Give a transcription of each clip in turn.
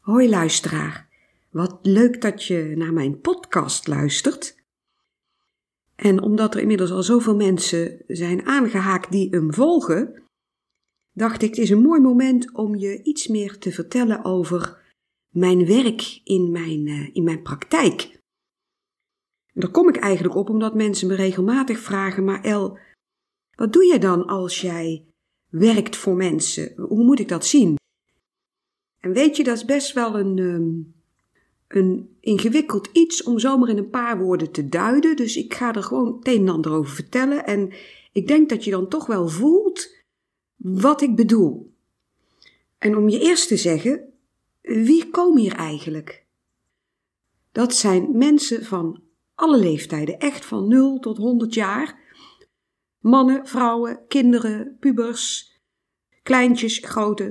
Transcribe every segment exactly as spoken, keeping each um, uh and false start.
Hoi luisteraar, wat leuk dat je naar mijn podcast luistert. En omdat er inmiddels al zoveel mensen zijn aangehaakt die hem volgen, dacht ik het is een mooi moment om je iets meer te vertellen over mijn werk in mijn, uh, in mijn praktijk. En daar kom ik eigenlijk op omdat mensen me regelmatig vragen, maar El, wat doe jij dan als jij werkt voor mensen? Hoe moet ik dat zien? En weet je, dat is best wel een, um, een ingewikkeld iets om zomaar in een paar woorden te duiden. Dus ik ga er gewoon het een en ander over vertellen. En ik denk dat je dan toch wel voelt wat ik bedoel. En om je eerst te zeggen, wie komen hier eigenlijk? Dat zijn mensen van alle leeftijden, echt van nul tot honderd jaar. Mannen, vrouwen, kinderen, pubers, kleintjes, grote.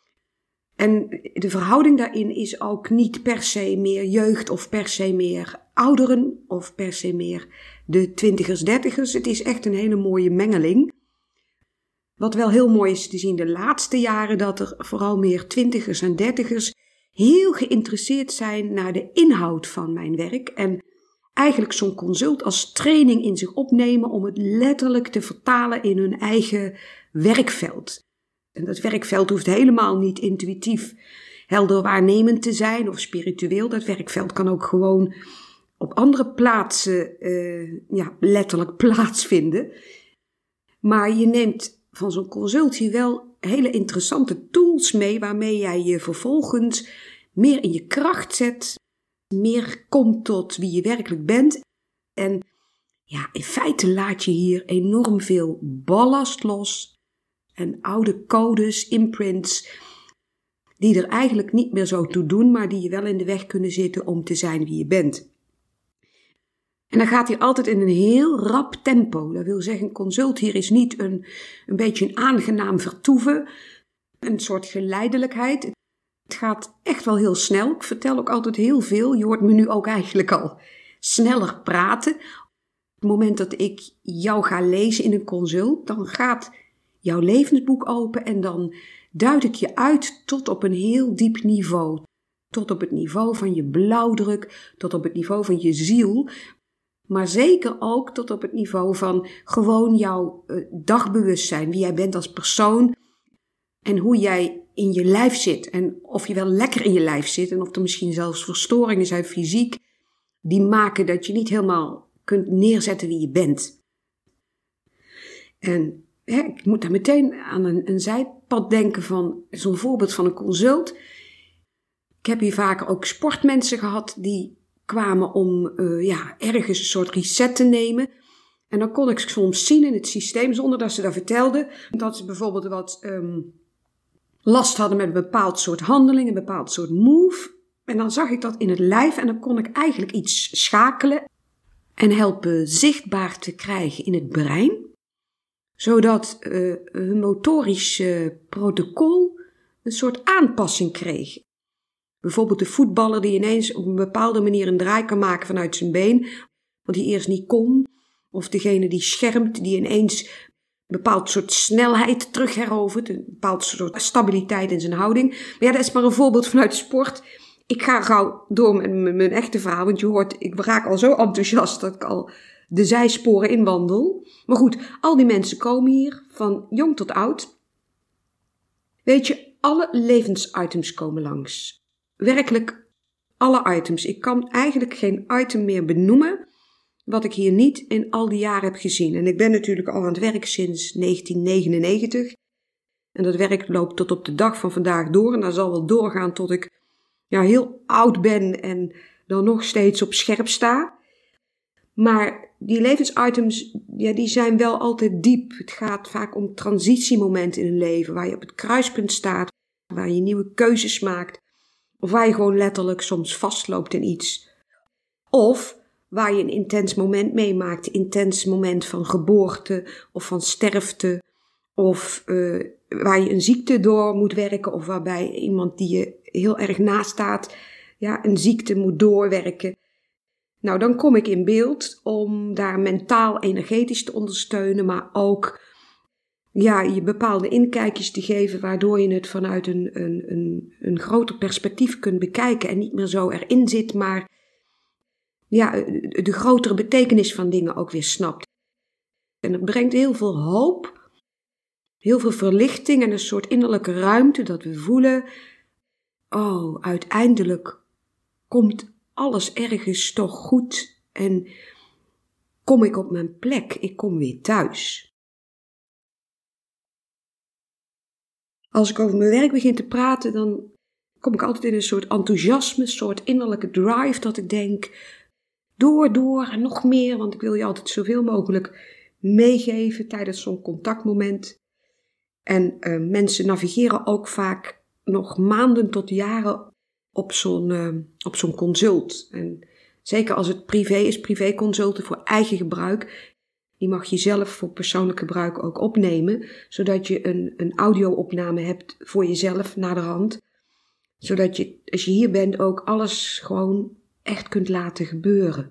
En de verhouding daarin is ook niet per se meer jeugd of per se meer ouderen of per se meer de twintigers, dertigers. Het is echt een hele mooie mengeling. Wat wel heel mooi is te zien de laatste jaren, dat er vooral meer twintigers en dertigers heel geïnteresseerd zijn naar de inhoud van mijn werk. En eigenlijk zo'n consult als training in zich opnemen om het letterlijk te vertalen in hun eigen werkveld. En dat werkveld hoeft helemaal niet intuïtief helder waarnemend te zijn of spiritueel. Dat werkveld kan ook gewoon op andere plaatsen uh, ja, letterlijk plaatsvinden. Maar je neemt van zo'n consultie wel hele interessante tools mee waarmee jij je vervolgens meer in je kracht zet, meer komt tot wie je werkelijk bent. En ja, in feite laat je hier enorm veel ballast los. En oude codes, imprints, die er eigenlijk niet meer zo toe doen, maar die je wel in de weg kunnen zitten om te zijn wie je bent. En dan gaat hij altijd in een heel rap tempo. Dat wil zeggen, een consult hier is niet een, een beetje een aangenaam vertoeven, een soort geleidelijkheid. Het gaat echt wel heel snel. Ik vertel ook altijd heel veel. Je hoort me nu ook eigenlijk al sneller praten. Op het moment dat ik jou ga lezen in een consult, dan gaat jouw levensboek open en dan duid ik je uit tot op een heel diep niveau. Tot op het niveau van je blauwdruk, tot op het niveau van je ziel. Maar zeker ook tot op het niveau van gewoon jouw uh, dagbewustzijn. Wie jij bent als persoon en hoe jij in je lijf zit. En of je wel lekker in je lijf zit en of er misschien zelfs verstoringen zijn fysiek. Die maken dat je niet helemaal kunt neerzetten wie je bent. En He, ik moet daar meteen aan een, een zijpad denken van zo'n voorbeeld van een consult. Ik heb hier vaker ook sportmensen gehad die kwamen om uh, ja, ergens een soort reset te nemen. En dan kon ik soms zien in het systeem, zonder dat ze dat vertelden, dat ze bijvoorbeeld wat um, last hadden met een bepaald soort handeling, een bepaald soort move. En dan zag ik dat in het lijf en dan kon ik eigenlijk iets schakelen en helpen zichtbaar te krijgen in het brein. Zodat uh, hun motorisch uh, protocol een soort aanpassing kreeg. Bijvoorbeeld de voetballer die ineens op een bepaalde manier een draai kan maken vanuit zijn been, wat hij eerst niet kon. Of degene die schermt, die ineens een bepaald soort snelheid terugherovert, een bepaald soort stabiliteit in zijn houding. Maar ja, dat is maar een voorbeeld vanuit de sport. Ik ga gauw door met mijn, mijn echte verhaal, want je hoort, ik raak al zo enthousiast dat ik al de zijsporen inwandel. Maar goed, al die mensen komen hier, van jong tot oud. Weet je, alle levensitems komen langs. Werkelijk alle items. Ik kan eigenlijk geen item meer benoemen wat ik hier niet in al die jaren heb gezien. En ik ben natuurlijk al aan het werk sinds negentien negenennegentig. En dat werk loopt tot op de dag van vandaag door. En dat zal wel doorgaan tot ik ja, heel oud ben en dan nog steeds op scherp sta. Maar die levensitems, ja, die zijn wel altijd diep. Het gaat vaak om transitiemomenten in een leven, waar je op het kruispunt staat, waar je nieuwe keuzes maakt, of waar je gewoon letterlijk soms vastloopt in iets. Of waar je een intens moment meemaakt, een intens moment van geboorte of van sterfte, of uh, waar je een ziekte door moet werken, of waarbij iemand die je heel erg naast staat, ja, een ziekte moet doorwerken. Nou, dan kom ik in beeld om daar mentaal, energetisch te ondersteunen, maar ook ja, je bepaalde inkijkjes te geven, waardoor je het vanuit een, een, een, een groter perspectief kunt bekijken en niet meer zo erin zit, maar ja, de grotere betekenis van dingen ook weer snapt. En het brengt heel veel hoop, heel veel verlichting en een soort innerlijke ruimte dat we voelen, oh, uiteindelijk komt alles ergens toch goed en kom ik op mijn plek, ik kom weer thuis. Als ik over mijn werk begin te praten, dan kom ik altijd in een soort enthousiasme, een soort innerlijke drive, dat ik denk, door, door en nog meer, want ik wil je altijd zoveel mogelijk meegeven tijdens zo'n contactmoment. En uh, mensen navigeren ook vaak nog maanden tot jaren op zo'n, uh, op zo'n consult. En zeker als het privé is, privéconsulten voor eigen gebruik, die mag je zelf voor persoonlijk gebruik ook opnemen, zodat je een, een audio-opname hebt voor jezelf naderhand. Zodat je, als je hier bent, ook alles gewoon echt kunt laten gebeuren.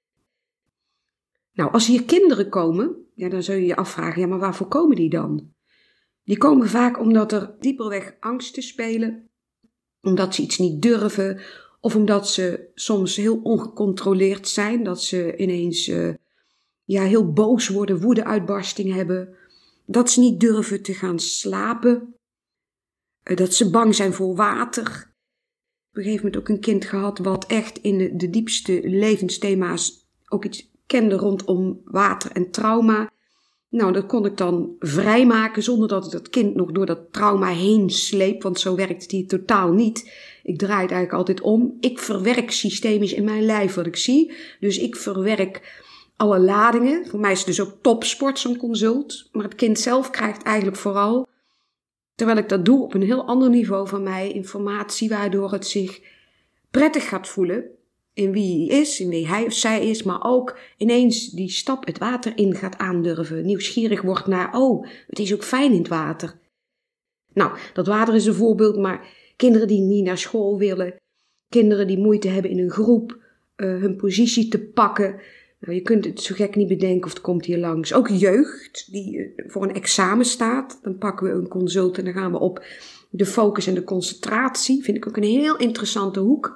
Nou, als hier kinderen komen, ja, dan zul je je afvragen, ja, maar waarvoor komen die dan? Die komen vaak omdat er dieperweg angsten spelen, omdat ze iets niet durven, of omdat ze soms heel ongecontroleerd zijn, dat ze ineens uh, ja, heel boos worden, woedeuitbarsting hebben, dat ze niet durven te gaan slapen, uh, dat ze bang zijn voor water. Op een gegeven moment ook een kind gehad wat echt in de, de diepste levensthema's ook iets kende rondom water en trauma. Nou, dat kon ik dan vrijmaken zonder dat ik dat kind nog door dat trauma heen sleep, want zo werkt het hier totaal niet. Ik draai het eigenlijk altijd om. Ik verwerk systemisch in mijn lijf wat ik zie. Dus ik verwerk alle ladingen. Voor mij is het dus ook topsport, zo'n consult. Maar het kind zelf krijgt eigenlijk vooral, terwijl ik dat doe op een heel ander niveau van mij, informatie waardoor het zich prettig gaat voelen in wie hij is, in wie hij of zij is, maar ook ineens die stap het water in gaat aandurven, nieuwsgierig wordt naar, oh, het is ook fijn in het water. Nou, dat water is een voorbeeld, maar kinderen die niet naar school willen, kinderen die moeite hebben in een groep, uh, hun positie te pakken. Nou, je kunt het zo gek niet bedenken of het komt hier langs. Ook jeugd die uh, voor een examen staat, dan pakken we een consult en dan gaan we op de focus en de concentratie. Vind ik ook een heel interessante hoek.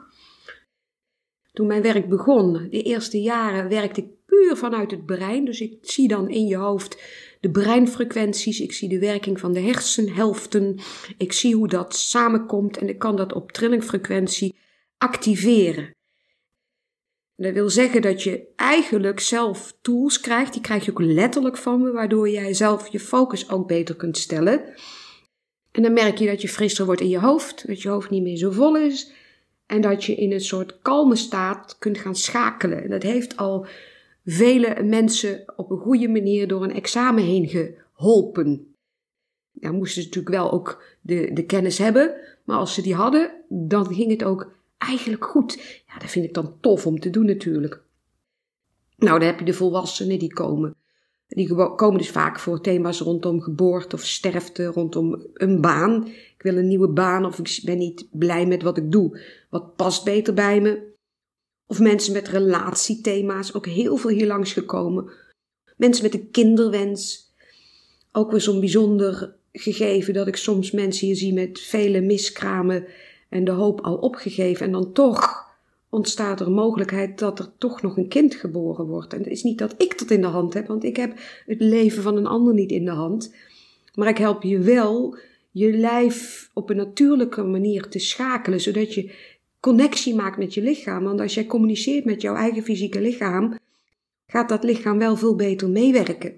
Toen mijn werk begon, de eerste jaren werkte ik puur vanuit het brein. Dus ik zie dan in je hoofd de breinfrequenties, ik zie de werking van de hersenhelften, ik zie hoe dat samenkomt en ik kan dat op trillingfrequentie activeren. Dat wil zeggen dat je eigenlijk zelf tools krijgt, die krijg je ook letterlijk van me, waardoor jij zelf je focus ook beter kunt stellen. En dan merk je dat je frisser wordt in je hoofd, dat je hoofd niet meer zo vol is. En dat je in een soort kalme staat kunt gaan schakelen. En dat heeft al vele mensen op een goede manier door een examen heen geholpen. Ja, moesten ze natuurlijk wel ook de, de kennis hebben. Maar als ze die hadden, dan ging het ook eigenlijk goed. Ja, dat vind ik dan tof om te doen natuurlijk. Nou, dan heb je de volwassenen die komen. Die komen dus vaak voor thema's rondom geboorte of sterfte, rondom een baan. Ik wil een nieuwe baan of ik ben niet blij met wat ik doe. Wat past beter bij me? Of mensen met relatiethema's, ook heel veel hier langs gekomen. Mensen met een kinderwens. Ook weer zo'n bijzonder gegeven dat ik soms mensen hier zie met vele miskramen en de hoop al opgegeven. En dan toch ontstaat er een mogelijkheid dat er toch nog een kind geboren wordt. En het is niet dat ik dat in de hand heb, want ik heb het leven van een ander niet in de hand. Maar ik help je wel je lijf op een natuurlijke manier te schakelen, zodat je connectie maakt met je lichaam. Want als jij communiceert met jouw eigen fysieke lichaam, gaat dat lichaam wel veel beter meewerken.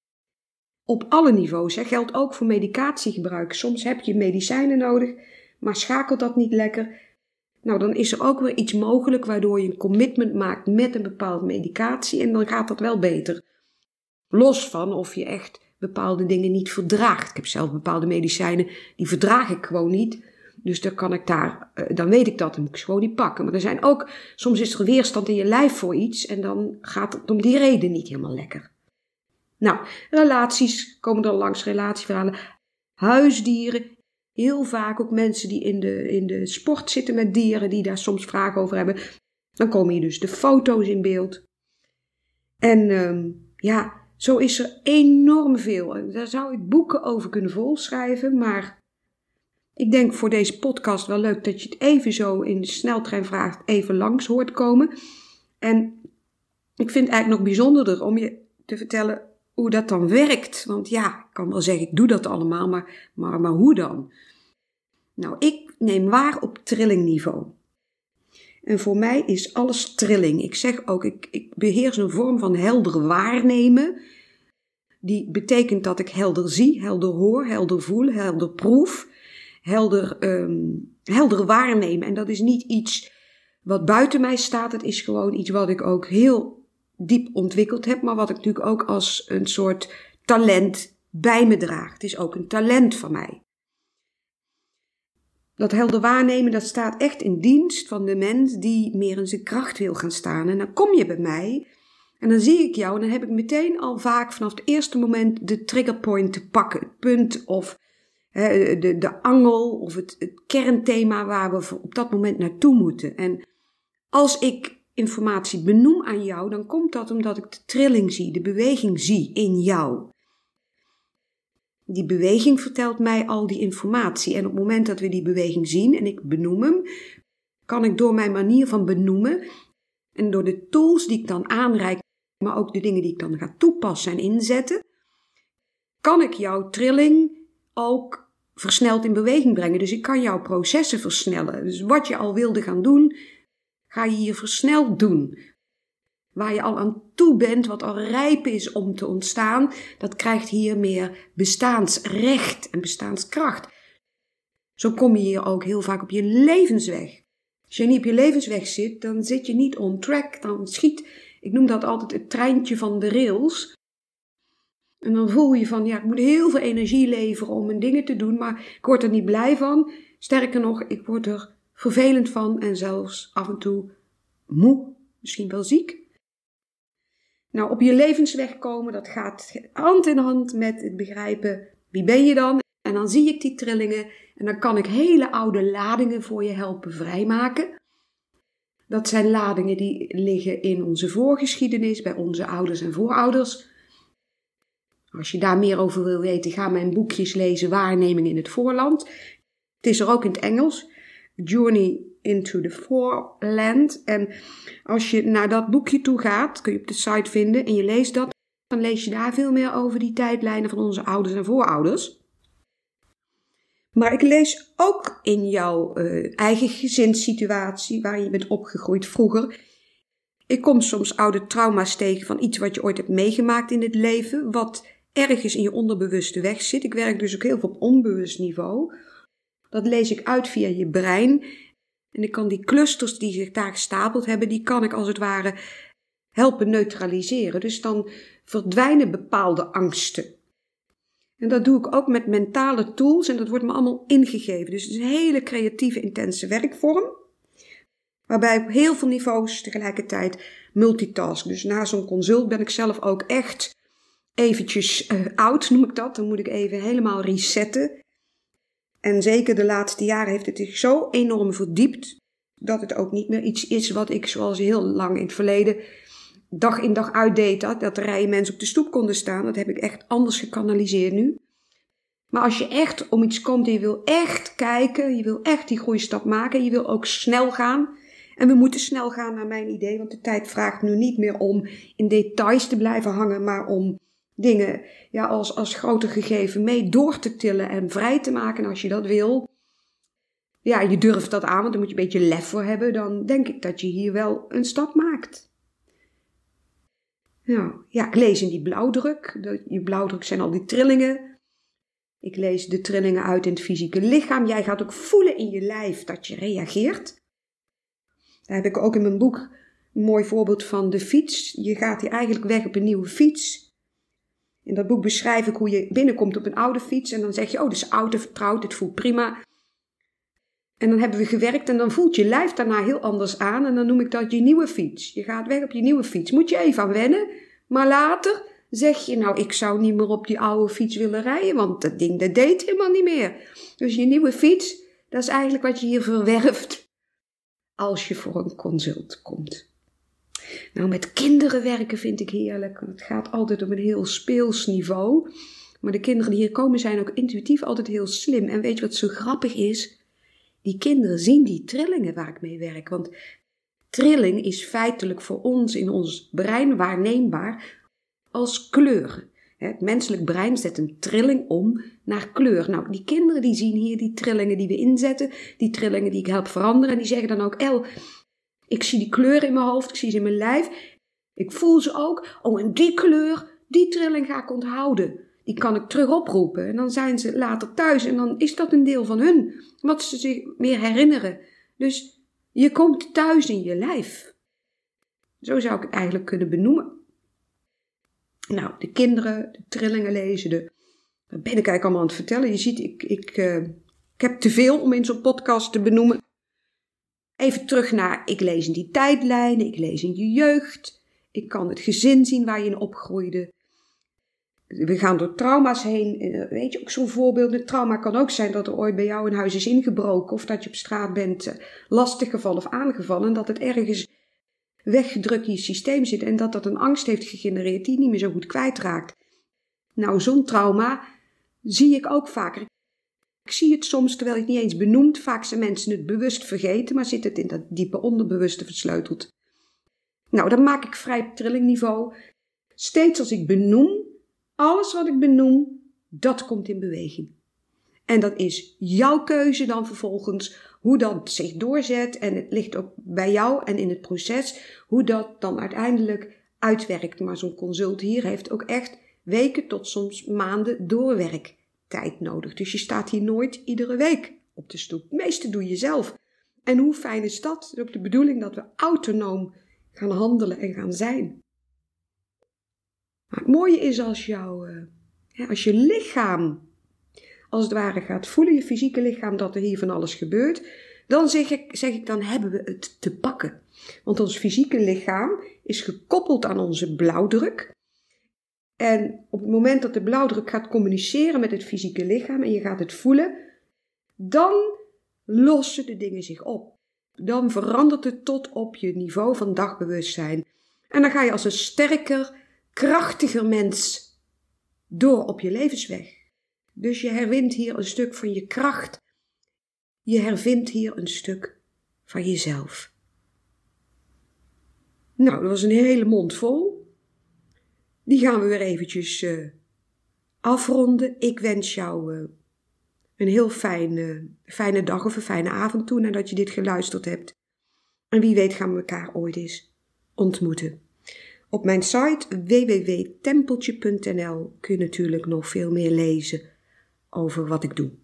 Op alle niveaus, hè, geldt ook voor medicatiegebruik. Soms heb je medicijnen nodig, maar schakelt dat niet lekker. Nou, dan is er ook weer iets mogelijk waardoor je een commitment maakt met een bepaalde medicatie en dan gaat dat wel beter. Los van of je echt bepaalde dingen niet verdraagt. Ik heb zelf bepaalde medicijnen, die verdraag ik gewoon niet. Dus dan kan ik daar, dan weet ik dat, dan moet ik ze gewoon niet pakken. Maar er zijn ook, soms is er weerstand in je lijf voor iets en dan gaat het om die reden niet helemaal lekker. Nou, relaties, komen er langs relatieverhalen, huisdieren. Heel vaak ook mensen die in de, in de sport zitten met dieren, die daar soms vragen over hebben. Dan komen hier dus de foto's in beeld. En um, ja, zo is er enorm veel. Daar zou ik boeken over kunnen volschrijven, maar ik denk voor deze podcast wel leuk dat je het even zo in de sneltrein vraagt, even langs hoort komen. En ik vind het eigenlijk nog bijzonderder om je te vertellen hoe dat dan werkt. Want ja, ik kan wel zeggen, ik doe dat allemaal, maar, maar, maar hoe dan? Nou, ik neem waar op trillingniveau. En voor mij is alles trilling. Ik zeg ook, ik, ik beheers een vorm van helder waarnemen. Die betekent dat ik helder zie, helder hoor, helder voel, helder proef. Helder, um, helder waarnemen. En dat is niet iets wat buiten mij staat. Het is gewoon iets wat ik ook heel diep ontwikkeld heb. Maar wat ik natuurlijk ook als een soort talent bij me draag. Het is ook een talent van mij. Dat helder waarnemen, dat staat echt in dienst van de mens die meer in zijn kracht wil gaan staan. En dan kom je bij mij en dan zie ik jou en dan heb ik meteen al vaak vanaf het eerste moment de triggerpoint te pakken. Het punt of he, de, de angel of het, het kernthema waar we op dat moment naartoe moeten. En als ik informatie benoem aan jou, dan komt dat omdat ik de trilling zie, de beweging zie in jou. Die beweging vertelt mij al die informatie. En op het moment dat we die beweging zien en ik benoem hem, kan ik door mijn manier van benoemen en door de tools die ik dan aanreik, maar ook de dingen die ik dan ga toepassen en inzetten, kan ik jouw trilling ook versneld in beweging brengen. Dus ik kan jouw processen versnellen. Dus wat je al wilde gaan doen, ga je hier versneld doen. Waar je al aan toe bent, wat al rijp is om te ontstaan, dat krijgt hier meer bestaansrecht en bestaanskracht. Zo kom je hier ook heel vaak op je levensweg. Als je niet op je levensweg zit, dan zit je niet on track. Dan schiet, ik noem dat altijd het treintje van de rails. En dan voel je van, ja, ik moet heel veel energie leveren om mijn dingen te doen, maar ik word er niet blij van. Sterker nog, ik word er vervelend van en zelfs af en toe moe, misschien wel ziek. Nou, op je levensweg komen, dat gaat hand in hand met het begrijpen, wie ben je dan? En dan zie ik die trillingen en dan kan ik hele oude ladingen voor je helpen vrijmaken. Dat zijn ladingen die liggen in onze voorgeschiedenis, bij onze ouders en voorouders. Als je daar meer over wil weten, ga mijn boekjes lezen, Waarneming in het Voorland. Het is er ook in het Engels, Journey into the Foreland. En als je naar dat boekje toe gaat, kun je op de site vinden en je leest dat, dan lees je daar veel meer over die tijdlijnen van onze ouders en voorouders. Maar ik lees ook in jouw uh, eigen gezinssituatie, waar je bent opgegroeid vroeger. Ik kom soms oude trauma's tegen van iets wat je ooit hebt meegemaakt in het leven, wat ergens in je onderbewuste weg zit. Ik werk dus ook heel veel op onbewust niveau. Dat lees ik uit via je brein. En ik kan die clusters die zich daar gestapeld hebben, die kan ik als het ware helpen neutraliseren. Dus dan verdwijnen bepaalde angsten. En dat doe ik ook met mentale tools en dat wordt me allemaal ingegeven. Dus het is een hele creatieve, intense werkvorm. Waarbij op heel veel niveaus tegelijkertijd multitask. Dus na zo'n consult ben ik zelf ook echt eventjes uh, oud, noem ik dat. Dan moet ik even helemaal resetten. En zeker de laatste jaren heeft het zich zo enorm verdiept, dat het ook niet meer iets is wat ik zoals heel lang in het verleden dag in dag uit deed. Dat, dat er rijen mensen op de stoep konden staan, dat heb ik echt anders gekanaliseerd nu. Maar als je echt om iets komt en je wil echt kijken, je wil echt die groeistap maken, je wil ook snel gaan. En we moeten snel gaan naar mijn idee, want de tijd vraagt nu niet meer om in details te blijven hangen, maar om dingen ja, als, als groter gegeven mee door te tillen en vrij te maken. En als je dat wil, ja, je durft dat aan, want daar moet je een beetje lef voor hebben, dan denk ik dat je hier wel een stap maakt. Nou, ja, ik lees in die blauwdruk. Die blauwdruk zijn al die trillingen. Ik lees de trillingen uit in het fysieke lichaam. Jij gaat ook voelen in je lijf dat je reageert. Daar heb ik ook in mijn boek een mooi voorbeeld van de fiets. Je gaat hier eigenlijk weg op een nieuwe fiets. In dat boek beschrijf ik hoe je binnenkomt op een oude fiets. En dan zeg je, oh, dit is oud en vertrouwd, het voelt prima. En dan hebben we gewerkt en dan voelt je lijf daarna heel anders aan. En dan noem ik dat je nieuwe fiets. Je gaat weg op je nieuwe fiets. Moet je even aan wennen. Maar later zeg je, nou, ik zou niet meer op die oude fiets willen rijden. Want dat ding, dat deed helemaal niet meer. Dus je nieuwe fiets, dat is eigenlijk wat je hier verwerft als je voor een consult komt. Nou, met kinderen werken vind ik heerlijk. Het gaat altijd op een heel speels niveau. Maar de kinderen die hier komen zijn ook intuïtief altijd heel slim. En weet je wat zo grappig is? Die kinderen zien die trillingen waar ik mee werk. Want trilling is feitelijk voor ons in ons brein waarneembaar als kleur. Het menselijk brein zet een trilling om naar kleur. Nou, die kinderen die zien hier die trillingen die we inzetten. Die trillingen die ik help veranderen. En die zeggen dan ook, El, ik zie die kleur in mijn hoofd, ik zie ze in mijn lijf. Ik voel ze ook. Oh, en die kleur, die trilling ga ik onthouden. Die kan ik terug oproepen. En dan zijn ze later thuis. En dan is dat een deel van hun. Wat ze zich meer herinneren. Dus je komt thuis in je lijf. Zo zou ik het eigenlijk kunnen benoemen. Nou, de kinderen, de trillingen lezen. De, dat ben ik eigenlijk allemaal aan het vertellen. Je ziet, ik, ik, uh, ik heb te veel om in zo'n podcast te benoemen. Even terug naar, ik lees in die tijdlijnen. Ik lees in je jeugd. Ik kan het gezin zien waar je in opgroeide. We gaan door trauma's heen. Weet je, ook zo'n voorbeeld. Een trauma kan ook zijn dat er ooit bij jou een huis is ingebroken. Of dat je op straat bent lastiggevallen of aangevallen. En dat het ergens weggedrukt in je systeem zit. En dat dat een angst heeft gegenereerd die je niet meer zo goed kwijtraakt. Nou, zo'n trauma zie ik ook vaker. Ik zie het soms terwijl je het niet eens benoemt. Vaak zijn mensen het bewust vergeten. Maar zit het in dat diepe onderbewuste versleuteld. Nou, dan maak ik vrij op trillingniveau. Steeds als ik benoem. Alles wat ik benoem, dat komt in beweging. En dat is jouw keuze dan vervolgens, hoe dat zich doorzet. En het ligt ook bij jou en in het proces, hoe dat dan uiteindelijk uitwerkt. Maar zo'n consult hier heeft ook echt weken tot soms maanden doorwerktijd nodig. Dus je staat hier nooit iedere week op de stoep. Het meeste doe je zelf. En hoe fijn is dat? Het is ook de bedoeling dat we autonoom gaan handelen en gaan zijn. Maar het mooie is als, jouw, uh, als je lichaam als het ware gaat voelen, je fysieke lichaam, dat er hier van alles gebeurt, dan zeg ik, zeg ik dan hebben we het te pakken. Want ons fysieke lichaam is gekoppeld aan onze blauwdruk. En op het moment dat de blauwdruk gaat communiceren met het fysieke lichaam en je gaat het voelen, dan lossen de dingen zich op. Dan verandert het tot op je niveau van dagbewustzijn. En dan ga je als een sterker, krachtiger mens door op je levensweg. Dus je herwint hier een stuk van je kracht. Je hervindt hier een stuk van jezelf. Nou, dat was een hele mond vol. Die gaan we weer eventjes uh, afronden. Ik wens jou uh, een heel fijne, fijne dag of een fijne avond toe nadat je dit geluisterd hebt. En wie weet gaan we elkaar ooit eens ontmoeten. Op mijn site w w w punt tempeltje punt n l kun je natuurlijk nog veel meer lezen over wat ik doe.